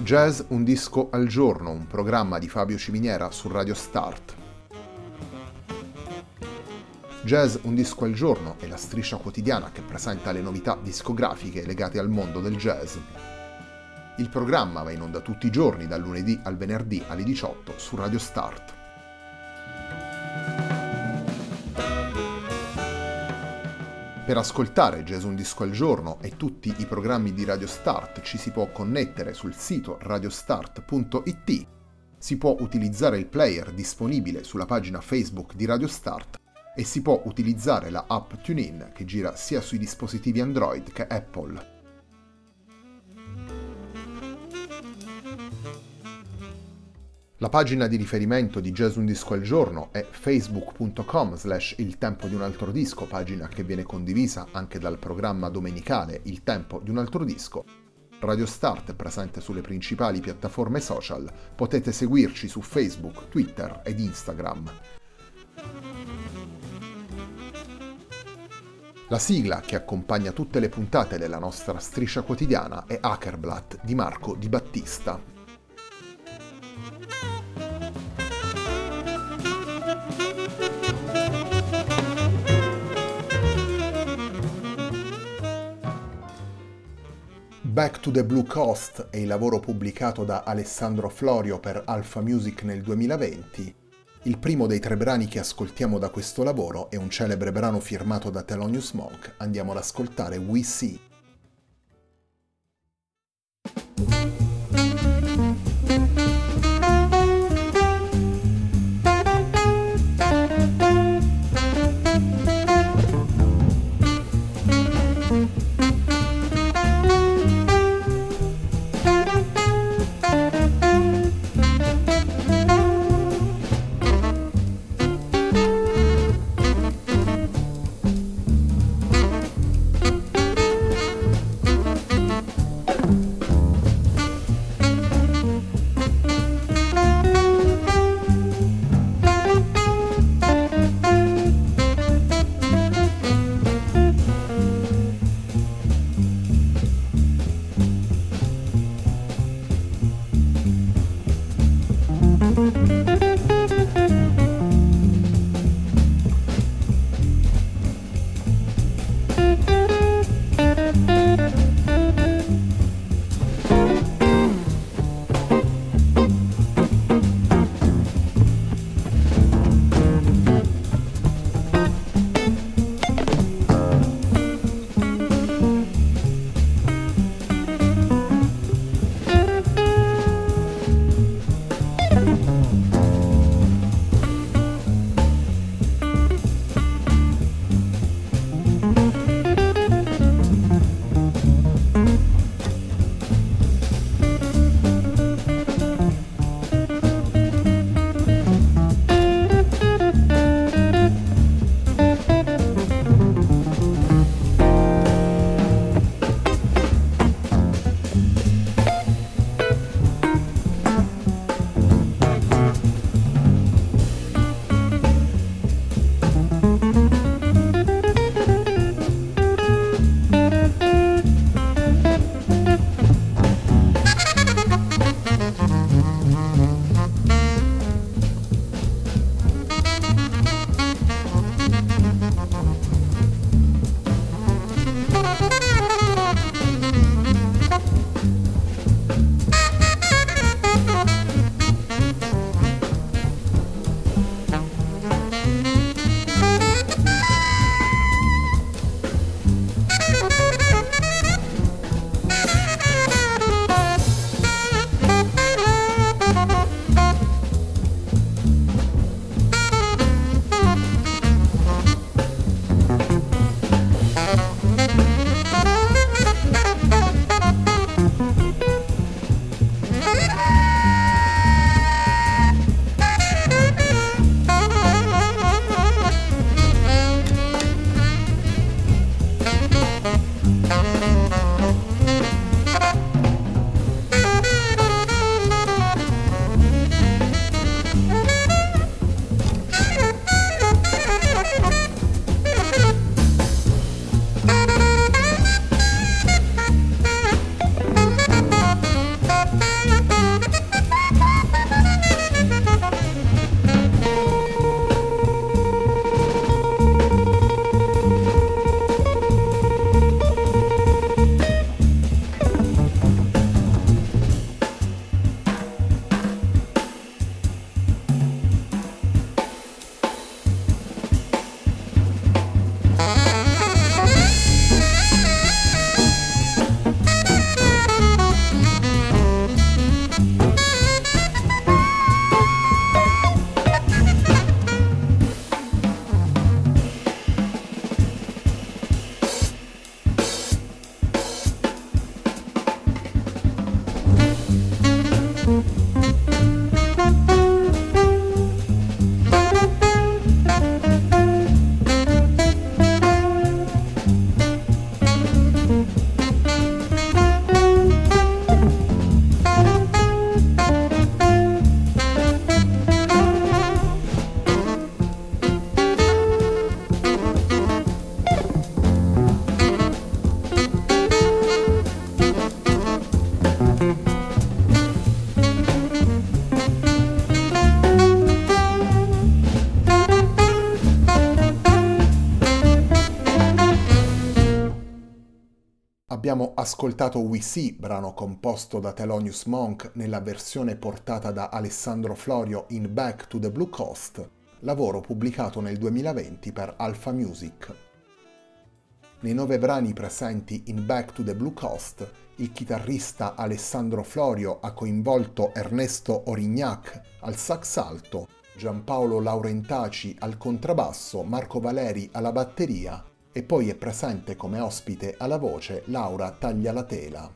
Jazz un disco al giorno, un programma di Fabio Ciminiera su Radio Start. Jazz un disco al giorno è la striscia quotidiana che presenta le novità discografiche legate al mondo del jazz. Il programma va in onda tutti i giorni dal lunedì al venerdì alle 18 su Radio Start. Per ascoltare Jazz un disco al giorno e tutti i programmi di Radio Start ci si può connettere sul sito radiostart.it, si può utilizzare il player disponibile sulla pagina Facebook di Radio Start e si può utilizzare la app TuneIn che gira sia sui dispositivi Android che Apple. La pagina di riferimento di Jazz un disco al giorno è facebook.com/Il tempo di un altro disco, pagina che viene condivisa anche dal programma domenicale Il tempo di un altro disco. Radio Start è presente sulle principali piattaforme social, potete seguirci su Facebook, Twitter ed Instagram. La sigla che accompagna tutte le puntate della nostra striscia quotidiana è Hackerblatt di Marco Di Battista. Back to the Blue Coast è il lavoro pubblicato da Alessandro Florio per Alpha Music nel 2020. Il primo dei 3 brani che ascoltiamo da questo lavoro è un celebre brano firmato da Thelonious Monk. Andiamo ad ascoltare We See. ascoltato We See, brano composto da Thelonious Monk nella versione portata da Alessandro Florio in Back to the Blue Coast, lavoro pubblicato nel 2020 per Alpha Music. Nei 9 brani presenti in Back to the Blue Coast, il chitarrista Alessandro Florio ha coinvolto Ernesto Orignac al sax alto, Giampaolo Laurentaci al contrabbasso, Marco Valeri alla batteria e poi è presente come ospite alla voce Laura Taglialatela.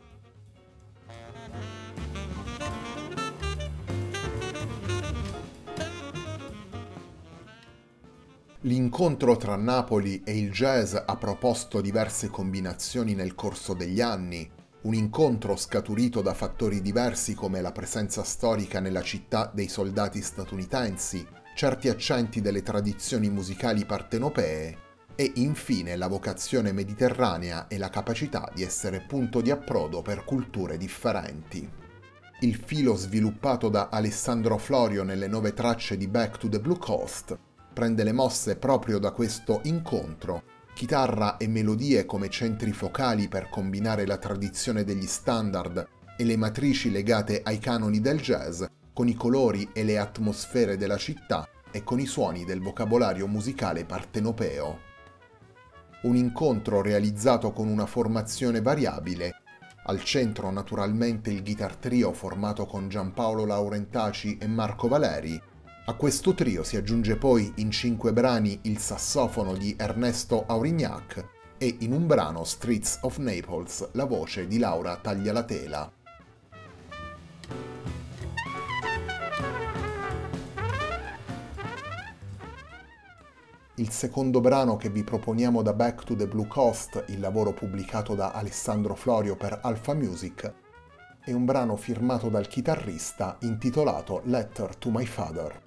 L'incontro tra Napoli e il jazz ha proposto diverse combinazioni nel corso degli anni, un incontro scaturito da fattori diversi come la presenza storica nella città dei soldati statunitensi, certi accenti delle tradizioni musicali partenopee e infine la vocazione mediterranea e la capacità di essere punto di approdo per culture differenti. Il filo sviluppato da Alessandro Florio nelle 9 tracce di Back to the Blue Coast prende le mosse proprio da questo incontro, chitarra e melodie come centri focali per combinare la tradizione degli standard e le matrici legate ai canoni del jazz con i colori e le atmosfere della città e con i suoni del vocabolario musicale partenopeo. Un incontro realizzato con una formazione variabile, al centro naturalmente il guitar trio formato con Giampaolo Laurentaci e Marco Valeri. A questo trio si aggiunge poi in 5 brani il sassofono di Ernesto Aurignac e in un brano Streets of Naples la voce di Laura Taglialatela. Il secondo brano che vi proponiamo da Back to the Blue Coast, il lavoro pubblicato da Alessandro Florio per Alpha Music, è un brano firmato dal chitarrista intitolato Letter to My Father.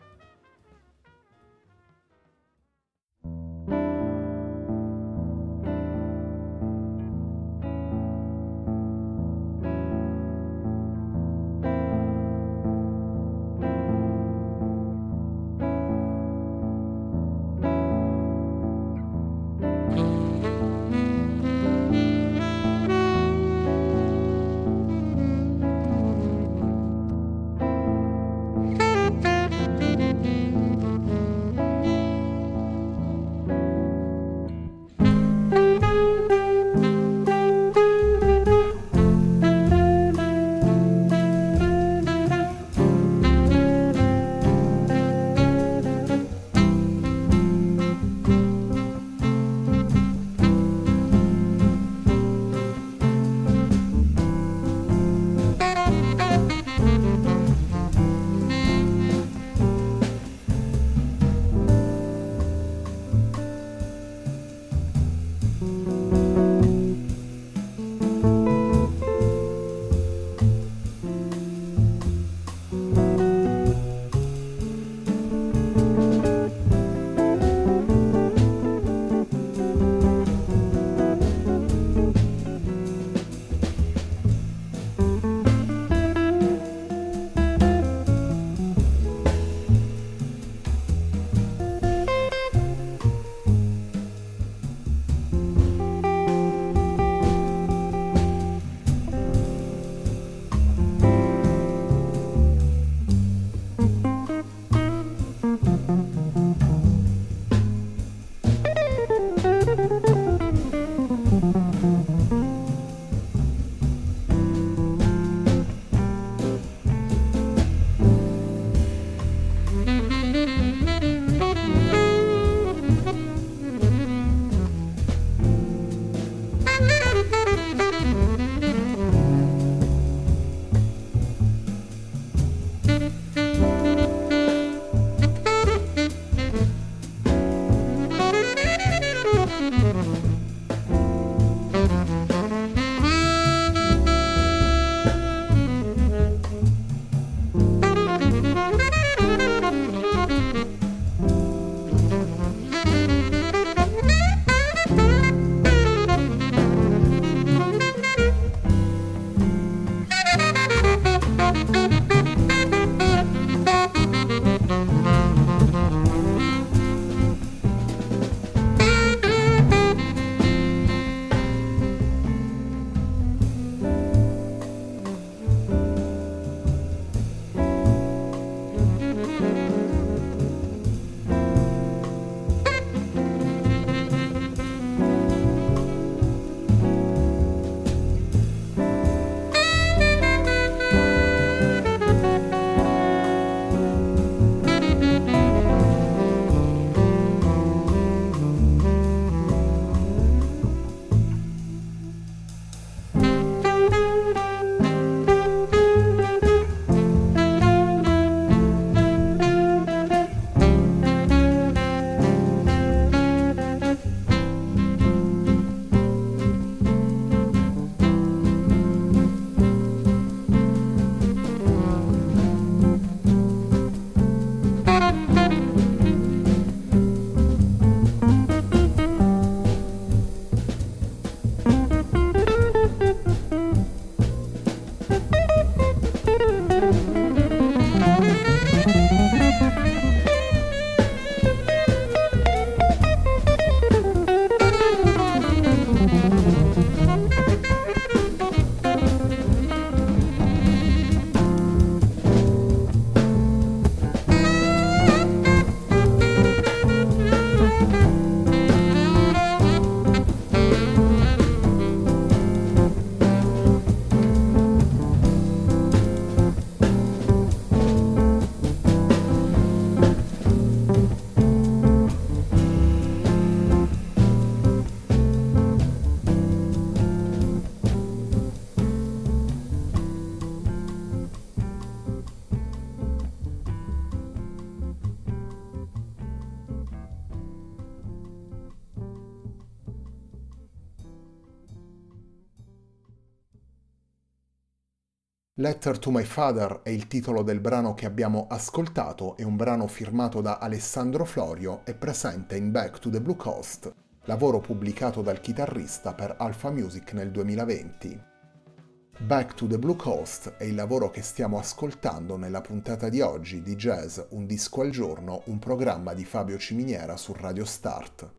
Letter to My Father è il titolo del brano che abbiamo ascoltato, è un brano firmato da Alessandro Florio e presente in Back to the Blue Coast, lavoro pubblicato dal chitarrista per Alpha Music nel 2020. Back to the Blue Coast è il lavoro che stiamo ascoltando nella puntata di oggi di Jazz Un disco al giorno, un programma di Fabio Ciminiera su Radio Start.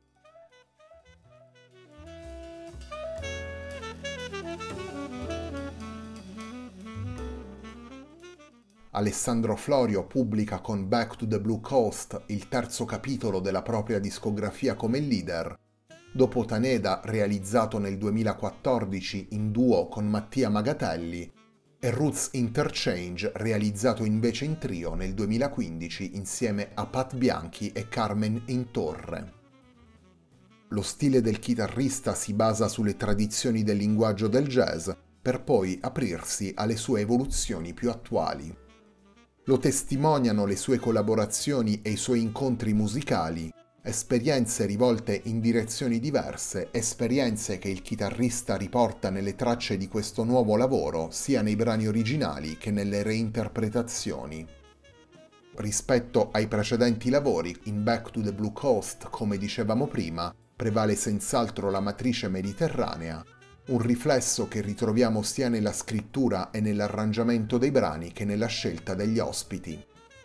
Alessandro Florio pubblica con Back to the Blue Coast il terzo capitolo della propria discografia come leader, dopo Taneda realizzato nel 2014 in duo con Mattia Magatelli e Roots Interchange realizzato invece in trio nel 2015 insieme a Pat Bianchi e Carmen Intorre. Lo stile del chitarrista si basa sulle tradizioni del linguaggio del jazz per poi aprirsi alle sue evoluzioni più attuali. Lo testimoniano le sue collaborazioni e i suoi incontri musicali, esperienze rivolte in direzioni diverse, esperienze che il chitarrista riporta nelle tracce di questo nuovo lavoro, sia nei brani originali che nelle reinterpretazioni. Rispetto ai precedenti lavori, in Back to the Blue Coast, come dicevamo prima, prevale senz'altro la matrice mediterranea, un riflesso che ritroviamo sia nella scrittura e nell'arrangiamento dei brani che nella scelta degli ospiti.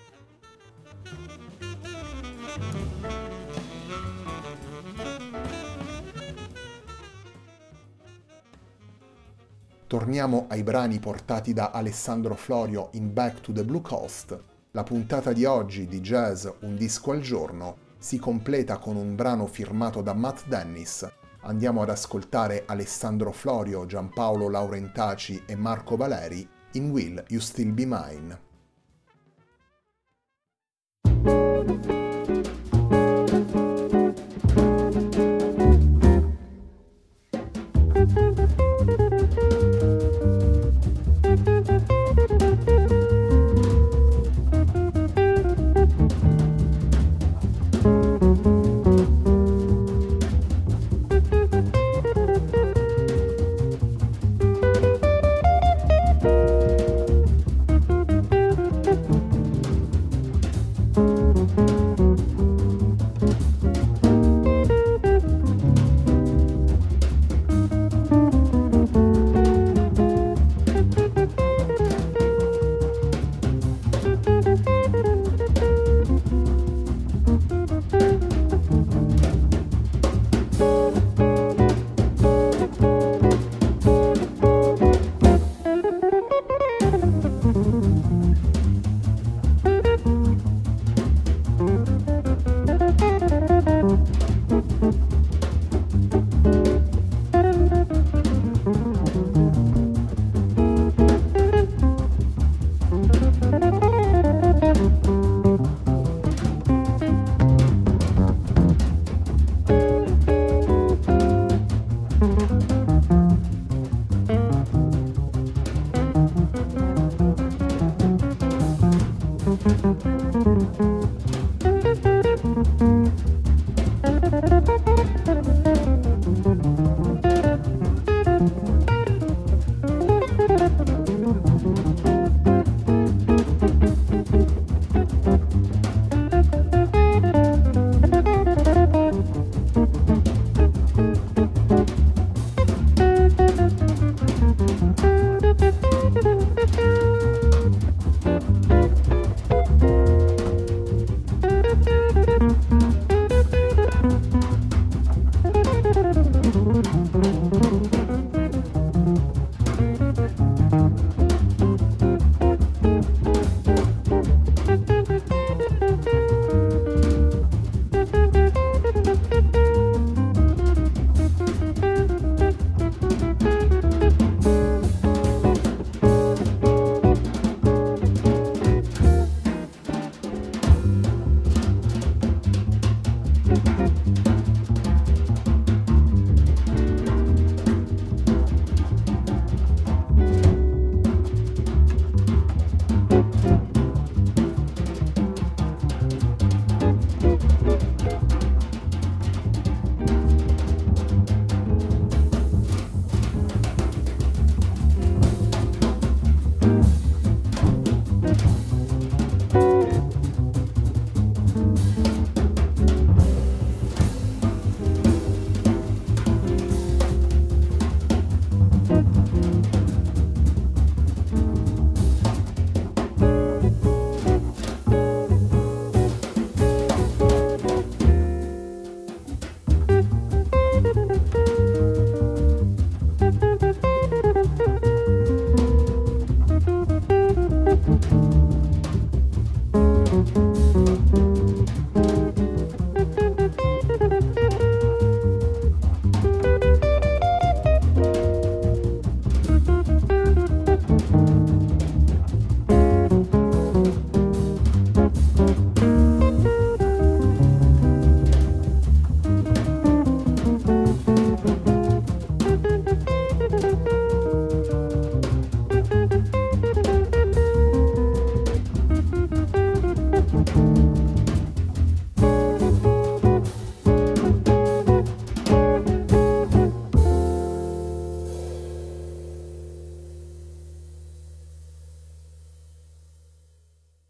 Torniamo ai brani portati da Alessandro Florio in Back to the Blue Coast. La puntata di oggi di Jazz Un disco al giorno si completa con un brano firmato da Matt Dennis. Andiamo ad ascoltare Alessandro Florio, Giampaolo Laurentaci e Marco Valeri in Will You Still Be Mine.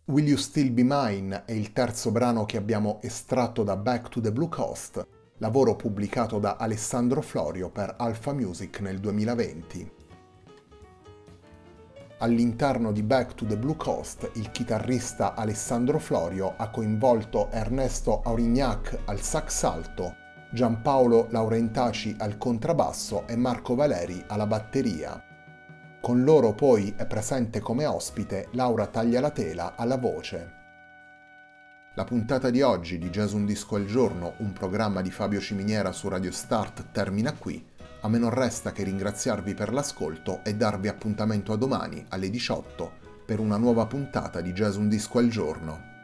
Will You Still Be Mine è il terzo brano che abbiamo estratto da Back to the Blue Coast, lavoro pubblicato da Alessandro Florio per Alpha Music nel 2020. All'interno di Back to the Blue Coast, il chitarrista Alessandro Florio ha coinvolto Ernesto Aurignac al sax alto, Giampaolo Laurentaci al contrabbasso e Marco Valeri alla batteria. Con loro poi è presente come ospite Laura Taglialatela alla voce. La puntata di oggi di Jazz Un Disco al Giorno, un programma di Fabio Ciminiera su Radio Start, termina qui. A me non resta che ringraziarvi per l'ascolto e darvi appuntamento a domani alle 18 per una nuova puntata di Jazz Un Disco al Giorno.